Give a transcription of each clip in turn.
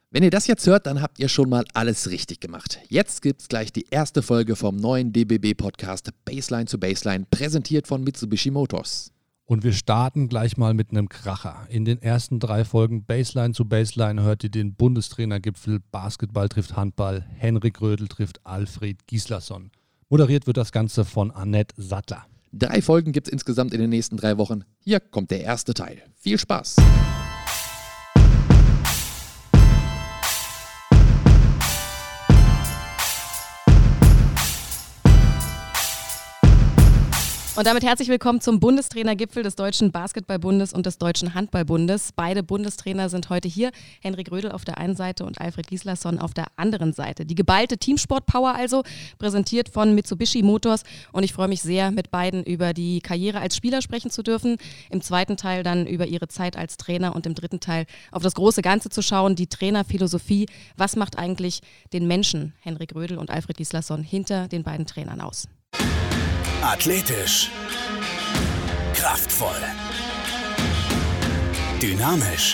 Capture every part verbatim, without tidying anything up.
Wenn ihr das jetzt hört, dann habt ihr schon mal alles richtig gemacht. Jetzt gibt's gleich die erste Folge vom neuen D B B-Podcast Baseline zu Baseline, präsentiert von Mitsubishi Motors. Und wir starten gleich mal mit einem Kracher. In den ersten drei Folgen Baseline zu Baseline hört ihr den Bundestrainergipfel Basketball trifft Handball, Henrik Rödl trifft Alfred Gislason. Moderiert wird das Ganze von Annette Sattler. Drei Folgen gibt's insgesamt in den nächsten drei Wochen. Hier kommt der erste Teil. Viel Spaß! Und damit herzlich willkommen zum Bundestrainergipfel des Deutschen Basketballbundes und des Deutschen Handballbundes. Beide Bundestrainer sind heute hier. Henrik Rödl auf der einen Seite und Alfred Gislason auf der anderen Seite. Die geballte Teamsport-Power also, präsentiert von Mitsubishi Motors. Und ich freue mich sehr, mit beiden über die Karriere als Spieler sprechen zu dürfen. Im zweiten Teil dann über ihre Zeit als Trainer und im dritten Teil auf das große Ganze zu schauen, die Trainerphilosophie. Was macht eigentlich den Menschen, Henrik Rödl und Alfred Gislason, hinter den beiden Trainern aus? Athletisch, kraftvoll, dynamisch.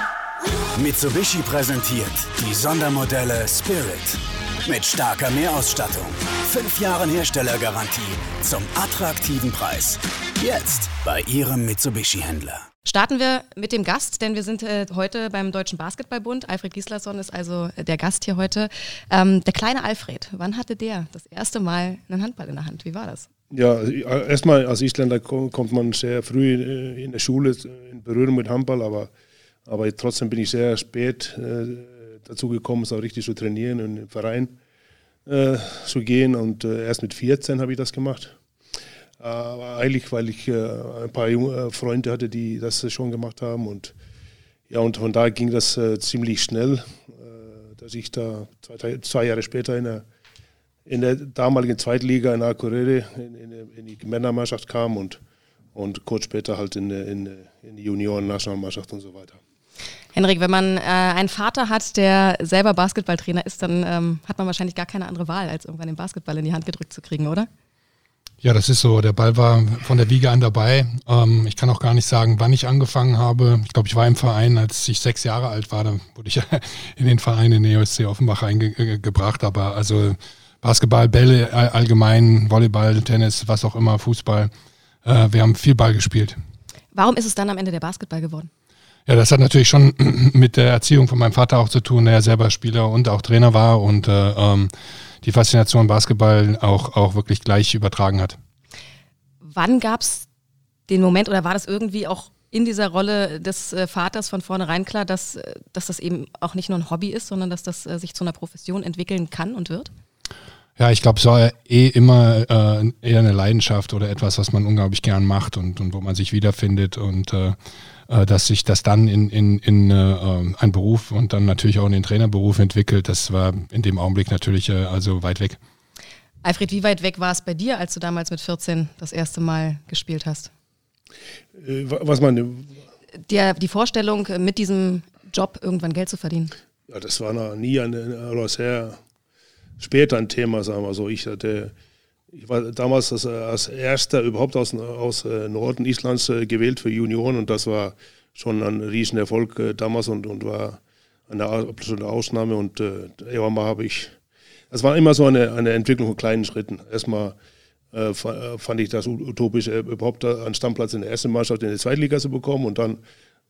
Mitsubishi präsentiert die Sondermodelle Spirit mit starker Mehrausstattung, fünf Jahren Herstellergarantie zum attraktiven Preis. Jetzt bei Ihrem Mitsubishi-Händler. Starten wir mit dem Gast, denn wir sind äh, heute beim Deutschen Basketballbund. Alfred Gislason ist also äh, der Gast hier heute. Ähm, der kleine Alfred, wann hatte der das erste Mal einen Handball in der Hand? Wie war das? Ja, erstmal als Isländer kommt man sehr früh in der Schule in Berührung mit Handball, aber, aber trotzdem bin ich sehr spät äh, dazu gekommen, so richtig zu trainieren und im Verein äh, zu gehen. Und äh, erst mit vierzehn habe ich das gemacht. Aber eigentlich, weil ich äh, ein paar junge Freunde hatte, die das schon gemacht haben. Und, ja, und von da ging das äh, ziemlich schnell, äh, dass ich da zwei, zwei Jahre später in der in der damaligen Zweitliga in Akureyri in, in, in die Männermannschaft kam und, und kurz später halt in, in, in die Junioren-Nationalmannschaft und so weiter. Henrik, wenn man äh, einen Vater hat, der selber Basketballtrainer ist, dann ähm, hat man wahrscheinlich gar keine andere Wahl, als irgendwann den Basketball in die Hand gedrückt zu kriegen, oder? Ja, das ist so. Der Ball war von der Wiege an dabei. Ähm, ich kann auch gar nicht sagen, wann ich angefangen habe. Ich glaube, ich war im Verein, als ich sechs Jahre alt war. Da wurde ich in den Verein in den E O S C Offenbach eingebracht. Aber also Basketball, Bälle allgemein, Volleyball, Tennis, was auch immer, Fußball. Äh, wir haben viel Ball gespielt. Warum ist es dann am Ende der Basketball geworden? Ja, das hat natürlich schon mit der Erziehung von meinem Vater auch zu tun, der ja selber Spieler und auch Trainer war und äh, ähm, die Faszination Basketball auch, auch wirklich gleich übertragen hat. Wann gab es den Moment oder war das irgendwie auch in dieser Rolle des äh, Vaters von vornherein klar, dass, dass das eben auch nicht nur ein Hobby ist, sondern dass das äh, sich zu einer Profession entwickeln kann und wird? Ja, ich glaube, es war eh immer äh, eher eine Leidenschaft oder etwas, was man unglaublich gern macht und, und wo man sich wiederfindet und äh, dass sich das dann in, in, in äh, einen Beruf und dann natürlich auch in den Trainerberuf entwickelt, das war in dem Augenblick natürlich äh, also weit weg. Alfred, wie weit weg war es bei dir, als du damals mit vierzehn das erste Mal gespielt hast? Äh, was meine? Der, die Vorstellung, mit diesem Job irgendwann Geld zu verdienen. Ja, das war noch nie eine, oder sehr später ein Thema, sagen wir so. Ich hatte, ich war damals als, als erster überhaupt aus, aus Norden Islands gewählt für Junioren und das war schon ein Riesenerfolg äh, damals und, und war eine absolute Ausnahme und äh, irgendwann mal habe ich, das war immer so eine, eine Entwicklung von kleinen Schritten. Erstmal äh, fand ich das utopisch, äh, überhaupt einen Stammplatz in der ersten Mannschaft in der Zweitliga zu bekommen und dann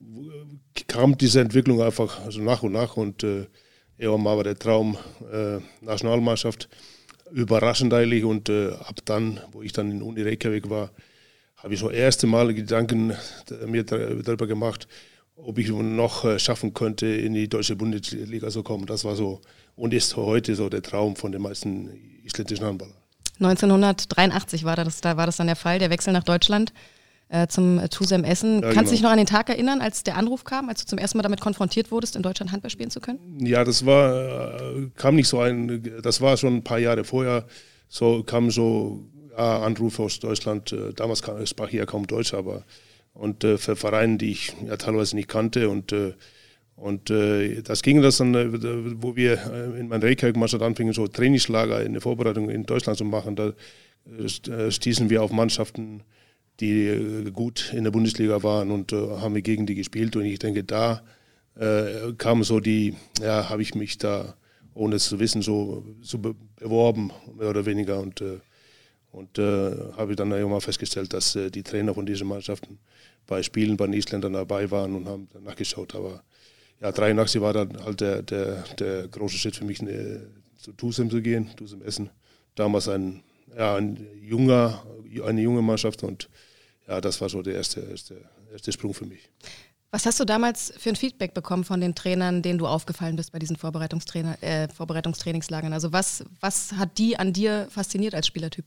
kam diese Entwicklung einfach so nach und nach und äh, irgendwann mal war der Traum äh, Nationalmannschaft überraschend eigentlich und äh, ab dann, wo ich dann in Uni Reykjavik war, habe ich so erste Mal Gedanken mir darüber gemacht, ob ich noch äh, schaffen könnte, in die deutsche Bundesliga zu kommen. Das war so und ist heute so der Traum von den meisten isländischen Handballern. neunzehnhundertdreiundachtzig war das, da war das dann der Fall, der Wechsel nach Deutschland. Äh, zum äh, Tusem Essen. Ja, Kannst du genau. dich noch an den Tag erinnern, als der Anruf kam, als du zum ersten Mal damit konfrontiert wurdest, in Deutschland Handball spielen zu können? Ja, das war, kam nicht so ein, das war schon ein paar Jahre vorher, so kam so ja, Anrufe aus Deutschland, damals kam, sprach ich ja kaum Deutsch, aber und äh, für Vereine, die ich ja teilweise nicht kannte und äh, und äh, das ging das dann, äh, wo wir in meiner Reykjavik-Mannschaft anfingen, so Trainingslager in der Vorbereitung in Deutschland zu machen, da äh, stießen wir auf Mannschaften, die gut in der Bundesliga waren und äh, haben wir gegen die gespielt. Und ich denke, da äh, kam so die, ja, habe ich mich da, ohne es zu wissen, so, so be- beworben, mehr oder weniger. Und, äh, und äh, habe dann irgendwann festgestellt, dass äh, die Trainer von diesen Mannschaften bei Spielen bei den Isländern dabei waren und haben dann nachgeschaut. Aber ja, dreiundachtzig war dann halt der, der, der große Schritt für mich, ne, zu Tusem zu gehen, Tusem Essen. Damals ein, ja, ein junger, eine junge Mannschaft und ja, das war so der erste, erste, erste Sprung für mich. Was hast du damals für ein Feedback bekommen von den Trainern, denen du aufgefallen bist bei diesen Vorbereitungstrainer, äh, Vorbereitungstrainingslagern? Also was, was hat die an dir fasziniert als Spielertyp?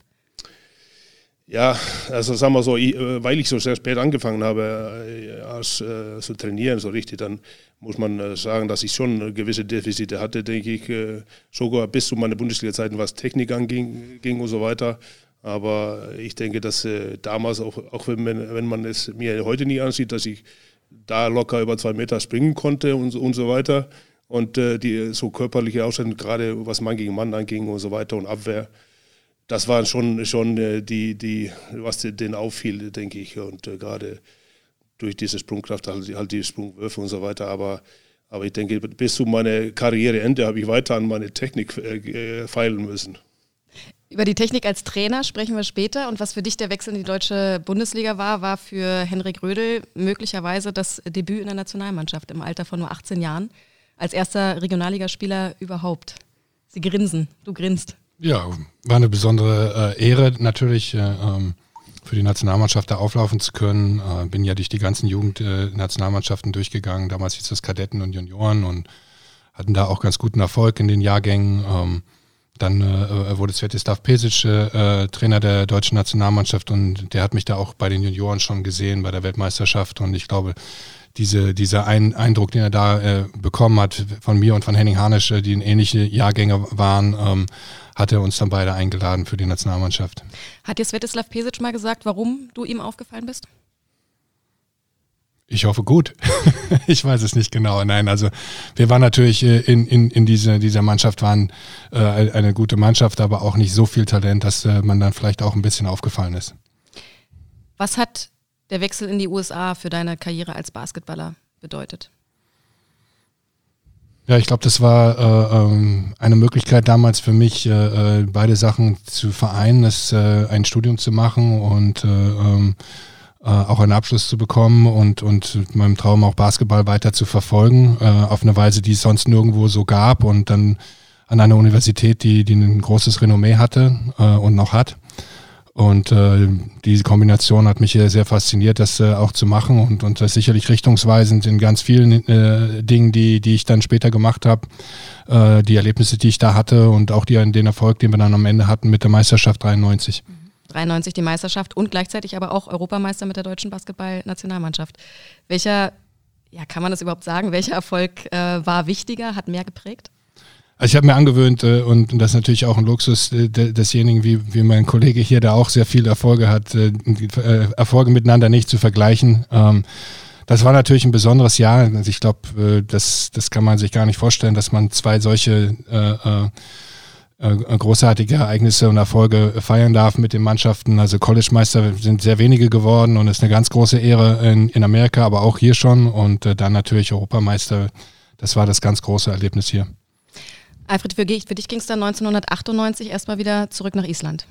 Ja, also sagen wir so, ich, weil ich so sehr spät angefangen habe äh, als, äh, zu trainieren, so richtig, dann muss man äh, sagen, dass ich schon gewisse Defizite hatte, denke ich, äh, sogar bis zu meiner Bundesliga-Zeiten, was Technik anging ging und so weiter. Aber ich denke, dass äh, damals, auch, auch wenn, man, wenn man es mir heute nie ansieht, dass ich da locker über zwei Meter springen konnte und, und so weiter. Und äh, die so körperliche Ausstellung, gerade was Mann gegen Mann anging und so weiter und Abwehr, das waren schon, schon äh, die, die, was denen auffiel, denke ich. Und äh, gerade durch diese Sprungkraft, halt, halt die Sprungwürfe und so weiter. Aber, aber ich denke, bis zu meinem Karriereende habe ich weiter an meine Technik äh, feilen müssen. Über die Technik als Trainer sprechen wir später. Und was für dich der Wechsel in die deutsche Bundesliga war, war für Henrik Rödel möglicherweise das Debüt in der Nationalmannschaft im Alter von nur achtzehn Jahren. Als erster Regionalligaspieler überhaupt. Sie grinsen, du grinst. Ja, war eine besondere äh, Ehre natürlich, äh, ähm, für die Nationalmannschaft da auflaufen zu können. Äh, bin ja durch die ganzen Jugendnationalmannschaften äh, durchgegangen. Damals hieß das Kadetten und Junioren und hatten da auch ganz guten Erfolg in den Jahrgängen. Ähm, Dann äh, wurde Svetislav Pesic äh, Trainer der deutschen Nationalmannschaft und der hat mich da auch bei den Junioren schon gesehen, bei der Weltmeisterschaft. Und ich glaube, diese, dieser ein, Eindruck, den er da äh, bekommen hat von mir und von Henning Harnisch, äh, die in ähnliche Jahrgänge waren, ähm, hat er uns dann beide eingeladen für die Nationalmannschaft. Hat dir Svetislav Pesic mal gesagt, warum du ihm aufgefallen bist? Ich hoffe gut. Ich weiß es nicht genau. Nein, also wir waren natürlich in, in, in diese, dieser Mannschaft, waren äh, eine gute Mannschaft, aber auch nicht so viel Talent, dass äh, man dann vielleicht auch ein bisschen aufgefallen ist. Was hat der Wechsel in die U S A für deine Karriere als Basketballer bedeutet? Ja, ich glaube, das war äh, ähm, eine Möglichkeit damals für mich, äh, beide Sachen zu vereinen, das, äh, ein Studium zu machen und äh, ähm, auch einen Abschluss zu bekommen und, und mit meinem Traum auch Basketball weiter zu verfolgen, äh, auf eine Weise, die es sonst nirgendwo so gab und dann an einer Universität, die, die ein großes Renommee hatte äh, und noch hat. Und äh, diese Kombination hat mich hier sehr fasziniert, das äh, auch zu machen und, und das sicherlich richtungsweisend in ganz vielen äh, Dingen, die, die ich dann später gemacht habe, äh, die Erlebnisse, die ich da hatte und auch die, den Erfolg, den wir dann am Ende hatten mit der Meisterschaft dreiundneunzig. dreiundneunzig die Meisterschaft und gleichzeitig aber auch Europameister mit der deutschen Basketball-Nationalmannschaft. Welcher, ja, kann man das überhaupt sagen, welcher Erfolg äh, war wichtiger, hat mehr geprägt? Also ich habe mir angewöhnt äh, und das ist natürlich auch ein Luxus äh, desjenigen, wie, wie mein Kollege hier, der auch sehr viele Erfolge hat, äh, äh, Erfolge miteinander nicht zu vergleichen. Ähm, das war natürlich ein besonderes Jahr. Also ich glaube, äh, das, das kann man sich gar nicht vorstellen, dass man zwei solche äh, äh, großartige Ereignisse und Erfolge feiern darf mit den Mannschaften. Also College-Meister sind sehr wenige geworden und es ist eine ganz große Ehre in, in Amerika, aber auch hier schon. Und äh, dann natürlich Europameister. Das war das ganz große Erlebnis hier. Alfred, für, für dich ging es dann neunzehnhundertachtundneunzig erstmal wieder zurück nach Island.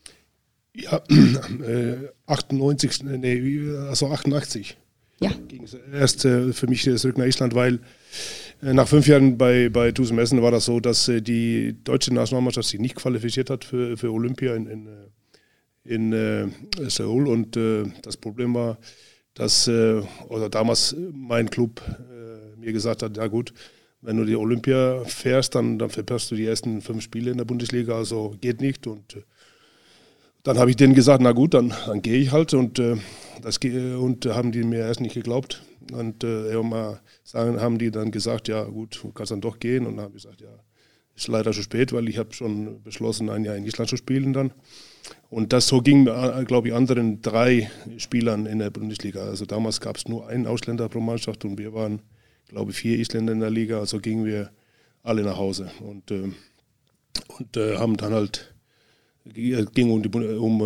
Ja, äh, achtundneunzig, nee, also achtundachtzig. Ja. Ging es erst äh, für mich zurück nach Island, weil äh, nach fünf Jahren bei, bei Tusem Essen war das so, dass äh, die deutsche Nationalmannschaft sich nicht qualifiziert hat für, für Olympia in, in, in äh, Seoul. Und äh, das Problem war, dass äh, oder damals mein Club äh, mir gesagt hat, ja gut, wenn du die Olympia fährst, dann, dann verpasst du die ersten fünf Spiele in der Bundesliga, also geht nicht. Und äh, dann habe ich denen gesagt, na gut, dann, dann gehe ich halt und, äh, das, und äh, haben die mir erst nicht geglaubt. Und äh, irgendwann sagen, haben die dann gesagt, ja gut, du kannst dann doch gehen. Und dann habe ich gesagt, ja, ist leider schon spät, weil ich habe schon beschlossen, ein Jahr in Island zu spielen dann. Und das so ging, glaube ich, anderen drei Spielern in der Bundesliga. Also damals gab es nur einen Ausländer pro Mannschaft und wir waren, glaube ich, vier Isländer in der Liga. Also gingen wir alle nach Hause und, äh, und äh, haben dann halt, ging um die um,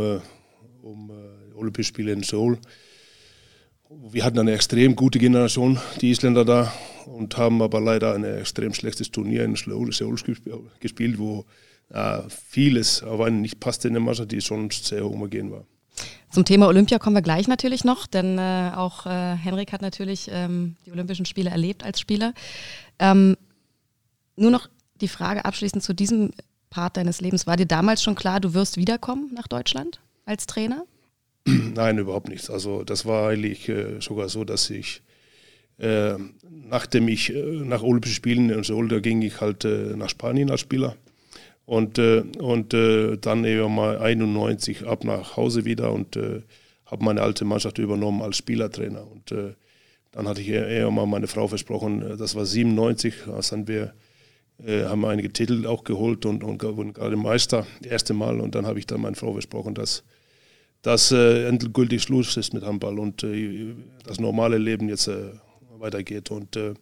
um Olympische Spiele in Seoul. Wir hatten eine extrem gute Generation, die Isländer da. und haben aber leider ein extrem schlechtes Turnier in Seoul gespielt, wo äh, vieles auf einen nicht passte in der Mannschaft, die schon sehr homogen war. Zum Thema Olympia kommen wir gleich natürlich noch, denn äh, auch äh, Henrik hat natürlich ähm, die Olympischen Spiele erlebt als Spieler. Ähm, nur noch die Frage abschließend zu diesem Part deines Lebens. War dir damals schon klar, du wirst wiederkommen nach Deutschland als Trainer? Nein, überhaupt nichts. Also das war eigentlich äh, sogar so, dass ich, äh, nachdem ich äh, nach Olympischen Spielen in Seoul, da ging ich halt äh, nach Spanien als Spieler. Und, äh, und äh, dann eben mal einundneunzig ab nach Hause wieder und äh, habe meine alte Mannschaft übernommen als Spielertrainer. Und äh, dann hatte ich eher mal meine Frau versprochen, das war siebenundneunzig, als dann wir äh, haben einige Titel auch geholt und, und wurden gerade Meister, das erste Mal. Und dann habe ich dann meine Frau versprochen, dass das äh, endgültig Schluss ist mit Handball und äh, das normale Leben jetzt äh, weitergeht. Und äh,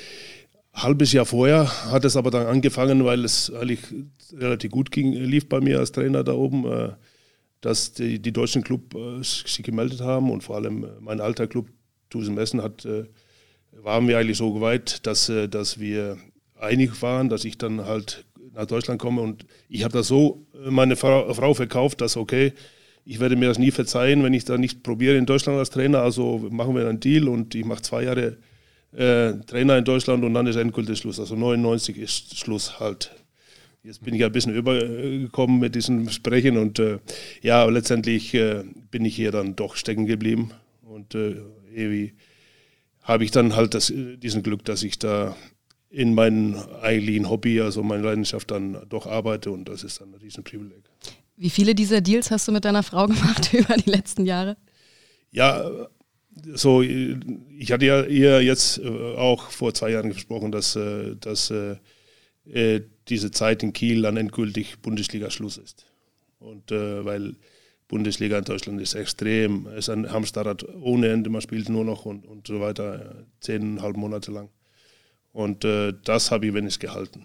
halbes Jahr vorher hat es aber dann angefangen, weil es eigentlich relativ gut ging, lief bei mir als Trainer da oben, äh, dass die, die deutschen Club äh, sich gemeldet haben und vor allem mein alter Club, Tusen Messen, hat, äh, waren wir eigentlich so weit, dass, äh, dass wir einig waren, dass ich dann halt nach Deutschland komme und ich habe das so meine Frau, Frau verkauft, dass okay, ich werde mir das nie verzeihen, wenn ich da nicht probiere in Deutschland als Trainer, also machen wir einen Deal und ich mache zwei Jahre Äh, Trainer in Deutschland und dann ist endgültig Schluss. Also neunundneunzig ist Schluss halt. Jetzt bin ich ein bisschen übergekommen mit diesem Sprechen und äh, ja, aber letztendlich äh, bin ich hier dann doch stecken geblieben und äh, irgendwie habe ich dann halt das, diesen Glück, dass ich da in meinem eigentlichen Hobby, also meine Leidenschaft dann doch arbeite und das ist dann ein Riesenprivileg. Wie viele dieser Deals hast du mit deiner Frau gemacht über die letzten Jahre? Ja, so, ich hatte ja ihr jetzt auch vor zwei Jahren gesprochen, dass, dass äh, diese Zeit in Kiel dann endgültig Bundesliga-Schluss ist. Und äh, weil Bundesliga in Deutschland ist extrem, es ist ein Hamsterrad ohne Ende, man spielt nur noch und, und so weiter, zehneinhalb Monate lang. Und äh, das habe ich wenigstens gehalten.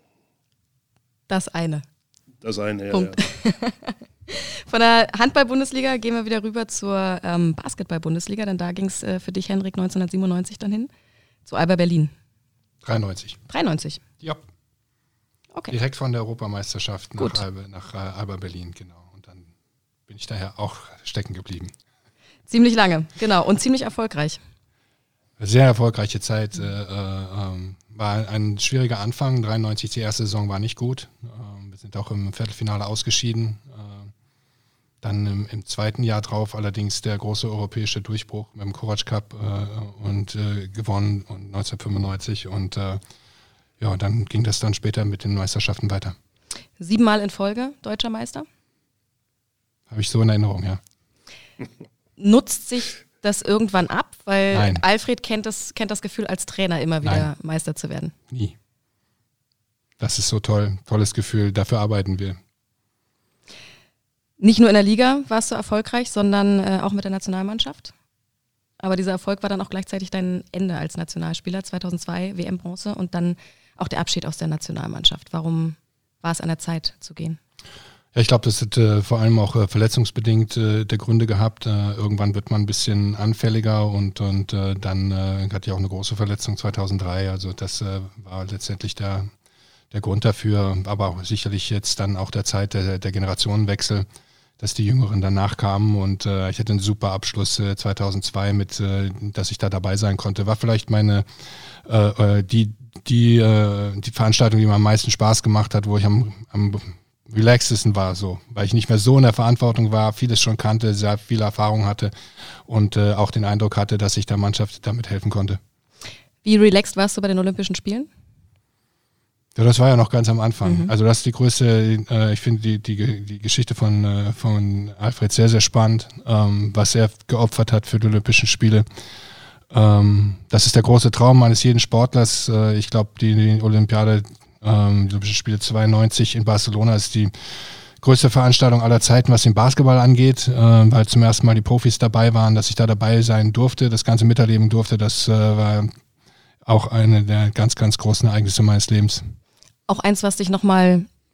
Das eine. Das eine, ja. Punkt. Ja. Von der Handball-Bundesliga gehen wir wieder rüber zur ähm, Basketball-Bundesliga, denn da ging es äh, für dich, Henrik, neunzehnhundertsiebenundneunzig dann hin, zu Alba Berlin. dreiundneunzig. dreiundneunzig? Ja. Okay. Direkt von der Europameisterschaft Gut. nach, Alba, nach äh, Alba Berlin, genau. Und dann bin ich daher auch stecken geblieben. Ziemlich lange, genau, und ziemlich erfolgreich. Sehr erfolgreiche Zeit. Äh, äh, war ein schwieriger Anfang. dreiundneunzig, die erste Saison war nicht gut. Äh, wir sind auch im Viertelfinale ausgeschieden. Äh, dann im, im zweiten Jahr drauf allerdings der große europäische Durchbruch mit dem Kovac Cup äh, und äh, gewonnen und neunzehnhundertfünfundneunzig. Und äh, ja, dann ging das dann später mit den Meisterschaften weiter. Siebenmal in Folge deutscher Meister? Habe ich so in Erinnerung, ja. Nutzt sich das irgendwann ab? Weil Nein. Alfred kennt das, kennt das Gefühl, als Trainer immer wieder Nein. Meister zu werden. Nie. Das ist so toll, tolles Gefühl, dafür arbeiten wir. Nicht nur in der Liga warst du erfolgreich, sondern äh, auch mit der Nationalmannschaft. Aber dieser Erfolg war dann auch gleichzeitig dein Ende als Nationalspieler, zweitausendzwei W M-Bronze und dann auch der Abschied aus der Nationalmannschaft. Warum war es an der Zeit zu gehen? Ja, ich glaube, das hat äh, vor allem auch äh, verletzungsbedingt äh, der Gründe gehabt. Äh, irgendwann wird man ein bisschen anfälliger und, und äh, dann äh, hatte ich auch eine große Verletzung zweitausenddrei. Also das äh, war letztendlich der, der Grund dafür, aber auch sicherlich jetzt dann auch der Zeit der, der Generationenwechsel, dass die Jüngeren danach kamen und äh, ich hatte einen super Abschluss äh, zweitausendzwei mit, äh, dass ich da dabei sein konnte. War vielleicht meine äh, die die äh, die Veranstaltung, die mir am meisten Spaß gemacht hat, wo ich am, am relaxesten war, so, weil ich nicht mehr so in der Verantwortung war, vieles schon kannte, sehr viel Erfahrung hatte und äh, auch den Eindruck hatte, dass ich der Mannschaft damit helfen konnte. Wie relaxed warst du bei den Olympischen Spielen? Ja, das war ja noch ganz am Anfang. Mhm. Also das ist die größte, äh, ich finde die, die, die Geschichte von, äh, von Alfred sehr, sehr spannend, ähm, was er geopfert hat für die Olympischen Spiele. Ähm, das ist der große Traum eines jeden Sportlers. Äh, ich glaube, die, die Olympiade, ähm, die Olympischen Spiele zweiundneunzig in Barcelona ist die größte Veranstaltung aller Zeiten, was den Basketball angeht, äh, weil zum ersten Mal die Profis dabei waren, dass ich da dabei sein durfte, das Ganze miterleben durfte. Das äh, war auch eine der ganz, ganz großen Ereignisse meines Lebens. Auch eins, was dich nochmal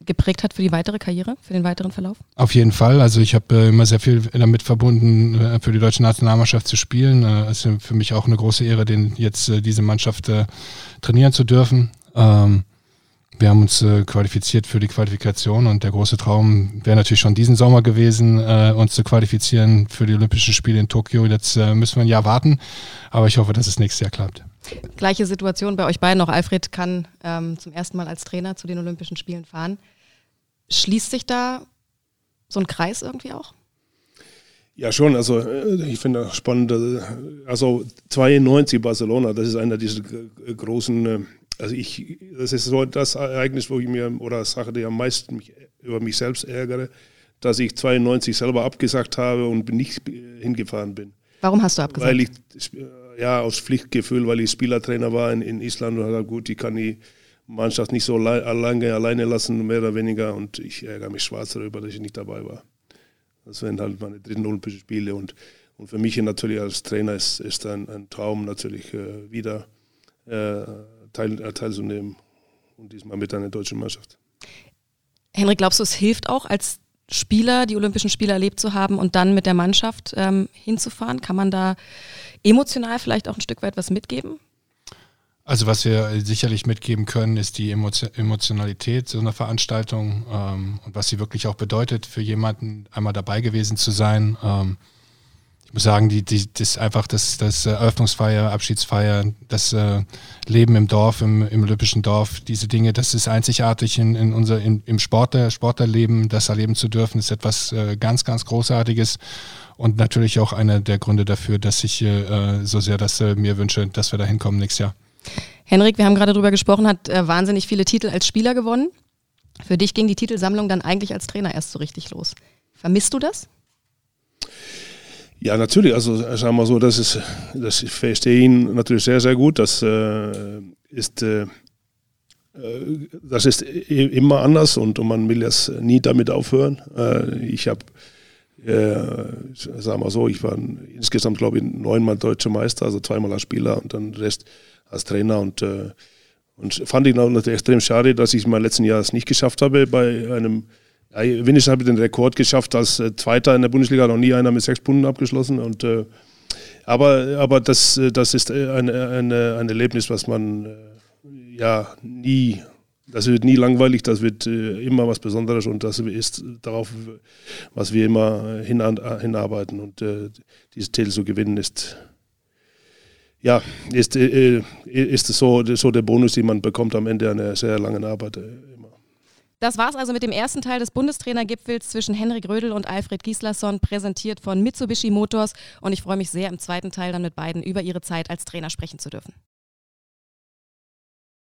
geprägt hat für die weitere Karriere, für den weiteren Verlauf? Auf jeden Fall. Also ich habe äh, immer sehr viel damit verbunden, äh, für die deutsche Nationalmannschaft zu spielen. Äh, es ist für mich auch eine große Ehre, den jetzt äh, diese Mannschaft äh, trainieren zu dürfen. Ähm, wir haben uns äh, qualifiziert für die Qualifikation und der große Traum wäre natürlich schon diesen Sommer gewesen, äh, uns zu qualifizieren für die Olympischen Spiele in Tokio. Jetzt äh, müssen wir ein Jahr warten, aber ich hoffe, dass es nächstes Jahr klappt. Gleiche Situation bei euch beiden. Auch Alfred kann ähm, zum ersten Mal als Trainer zu den Olympischen Spielen fahren. Schließt sich da so ein Kreis irgendwie auch? Ja, schon. Also ich finde das spannend. Also zweiundneunzig Barcelona, das ist einer dieser großen, also ich, das ist so das Ereignis, wo ich mir, oder Sache, die am meisten mich, über mich selbst ärgere, dass ich zweiundneunzig selber abgesagt habe und nicht hingefahren bin. Warum hast du abgesagt? Weil ich, ja, aus Pflichtgefühl, weil ich Spielertrainer war in, in Island und habe gesagt, gut, ich kann die Mannschaft nicht so lange alleine lassen, mehr oder weniger, und ich ärgere mich schwarz darüber, dass ich nicht dabei war. Das wären halt meine dritten Olympischen Spiele und, und für mich natürlich als Trainer ist, ist ein, ein Traum natürlich äh, wieder äh, teil, äh, teilzunehmen und diesmal mit einer deutschen Mannschaft. Henrik, glaubst du, es hilft auch als Spieler, die Olympischen Spiele erlebt zu haben und dann mit der Mannschaft ähm, hinzufahren? Kann man da emotional vielleicht auch ein Stück weit was mitgeben? Also was wir sicherlich mitgeben können, ist die Emotionalität so einer Veranstaltung ähm, und was sie wirklich auch bedeutet für jemanden, einmal dabei gewesen zu sein. Ähm, ich muss sagen, die, die, das einfach das, das Eröffnungsfeier, Abschiedsfeier, das äh, Leben im Dorf, im, im olympischen Dorf, diese Dinge, das ist einzigartig in, in unser, in, im Sportler, Sportlerleben. Das erleben zu dürfen, ist etwas äh, ganz, ganz Großartiges. Und natürlich auch einer der Gründe dafür, dass ich äh, so sehr das äh, mir wünsche, dass wir da hinkommen nächstes Jahr. Henrik, wir haben gerade drüber gesprochen, hat äh, wahnsinnig viele Titel als Spieler gewonnen. Für dich ging die Titelsammlung dann eigentlich als Trainer erst so richtig los. Vermisst du das? Ja, natürlich. Also sagen wir mal so, das ist, das ich verstehe ihn natürlich sehr, sehr gut. Das äh, ist, äh, das ist immer anders und, und man will das nie damit aufhören. Äh, ich habe, äh, sagen wir so, ich war insgesamt, glaube ich, neunmal deutscher Meister, also zweimal als Spieler und dann Rest als Trainer und, äh, und fand ich natürlich extrem schade, dass ich mein letzten Jahr es nicht geschafft habe bei einem, ja, wenigstens habe ich den Rekord geschafft als äh, Zweiter in der Bundesliga, noch nie einer mit sechs Punkten abgeschlossen und äh, aber, aber das, das ist ein, ein, ein Erlebnis, was man äh, ja nie, das wird nie langweilig, das wird äh, immer was Besonderes und das ist darauf, was wir immer hin, hinarbeiten und äh, dieses Titel zu gewinnen ist Ja, ist, äh, ist so, so der Bonus, den man bekommt am Ende einer sehr langen Arbeit. Äh, immer. Das war's also mit dem ersten Teil des Bundestrainergipfels zwischen Henrik Rödel und Alfred Gislason, präsentiert von Mitsubishi Motors. Und ich freue mich sehr, im zweiten Teil dann mit beiden über ihre Zeit als Trainer sprechen zu dürfen.